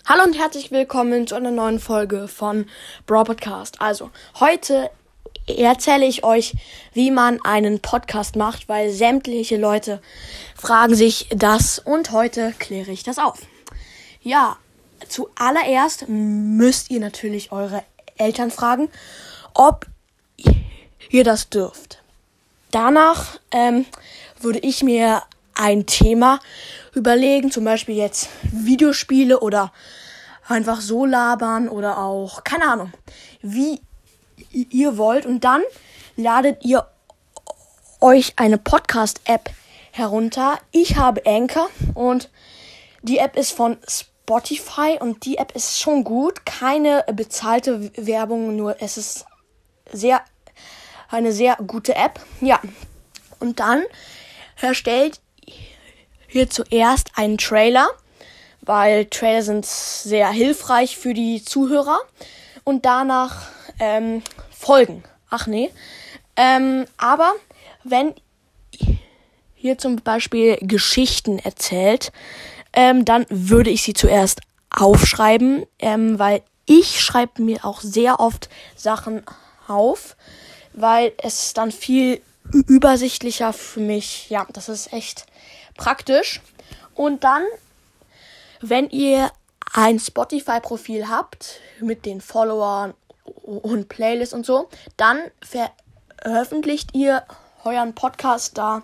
Hallo und herzlich willkommen zu einer neuen Folge von Brawl Podcast. Also, heute erzähle ich euch, wie man einen Podcast macht, weil sämtliche Leute fragen sich das und heute kläre ich das auf. Ja, zuallererst müsst ihr natürlich eure Eltern fragen, ob ihr das dürft. Danach würde ich mir ein Thema überlegen, zum Beispiel jetzt Videospiele oder einfach so labern oder auch, keine Ahnung, wie ihr wollt. Und dann ladet ihr euch eine Podcast-App herunter. Ich habe Anchor und die App ist von Spotify und die App ist schon gut. Keine bezahlte Werbung, nur es ist eine sehr gute App. Ja, und dann erstellt hier zuerst einen Trailer, weil Trailer sind sehr hilfreich für die Zuhörer. Und danach Folgen. Aber wenn ihr zum Beispiel Geschichten erzählt, dann würde ich sie zuerst aufschreiben, weil ich schreibe mir auch sehr oft Sachen auf, weil es dann viel übersichtlicher für mich, ja, das ist echt praktisch. Und dann, wenn ihr ein Spotify-Profil habt mit den Followern und Playlists und so, dann veröffentlicht ihr euren Podcast da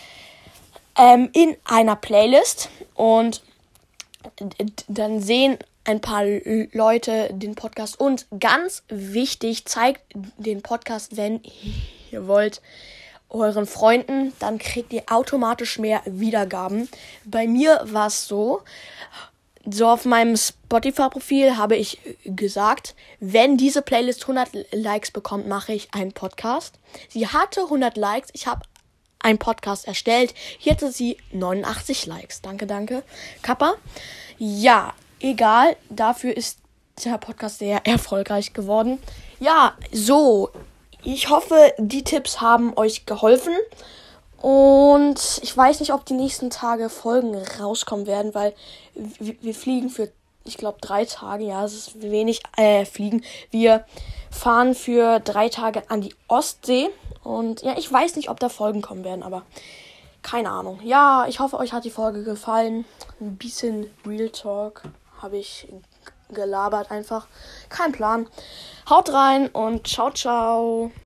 in einer Playlist und dann sehen ein paar Leute den Podcast und ganz wichtig, zeigt den Podcast, wenn ihr wollt, euren Freunden, dann kriegt ihr automatisch mehr Wiedergaben. Bei mir war es so auf meinem Spotify-Profil habe ich gesagt, wenn diese Playlist 100 Likes bekommt, mache ich einen Podcast. Sie hatte 100 Likes, ich habe einen Podcast erstellt. Hier hatte sie 89 Likes. Danke, Kappa. Ja, egal, dafür ist der Podcast sehr erfolgreich geworden. Ja, so, ich hoffe, die Tipps haben euch geholfen. Und ich weiß nicht, ob die nächsten Tage Folgen rauskommen werden, weil wir fliegen für, ich glaube, 3 Tage. Ja, es ist wenig fliegen. Wir fahren für 3 Tage an die Ostsee. Und ja, ich weiß nicht, ob da Folgen kommen werden, aber keine Ahnung. Ja, ich hoffe, euch hat die Folge gefallen. Ein bisschen Real Talk habe ich gelabert einfach. Kein Plan. Haut rein und ciao, ciao.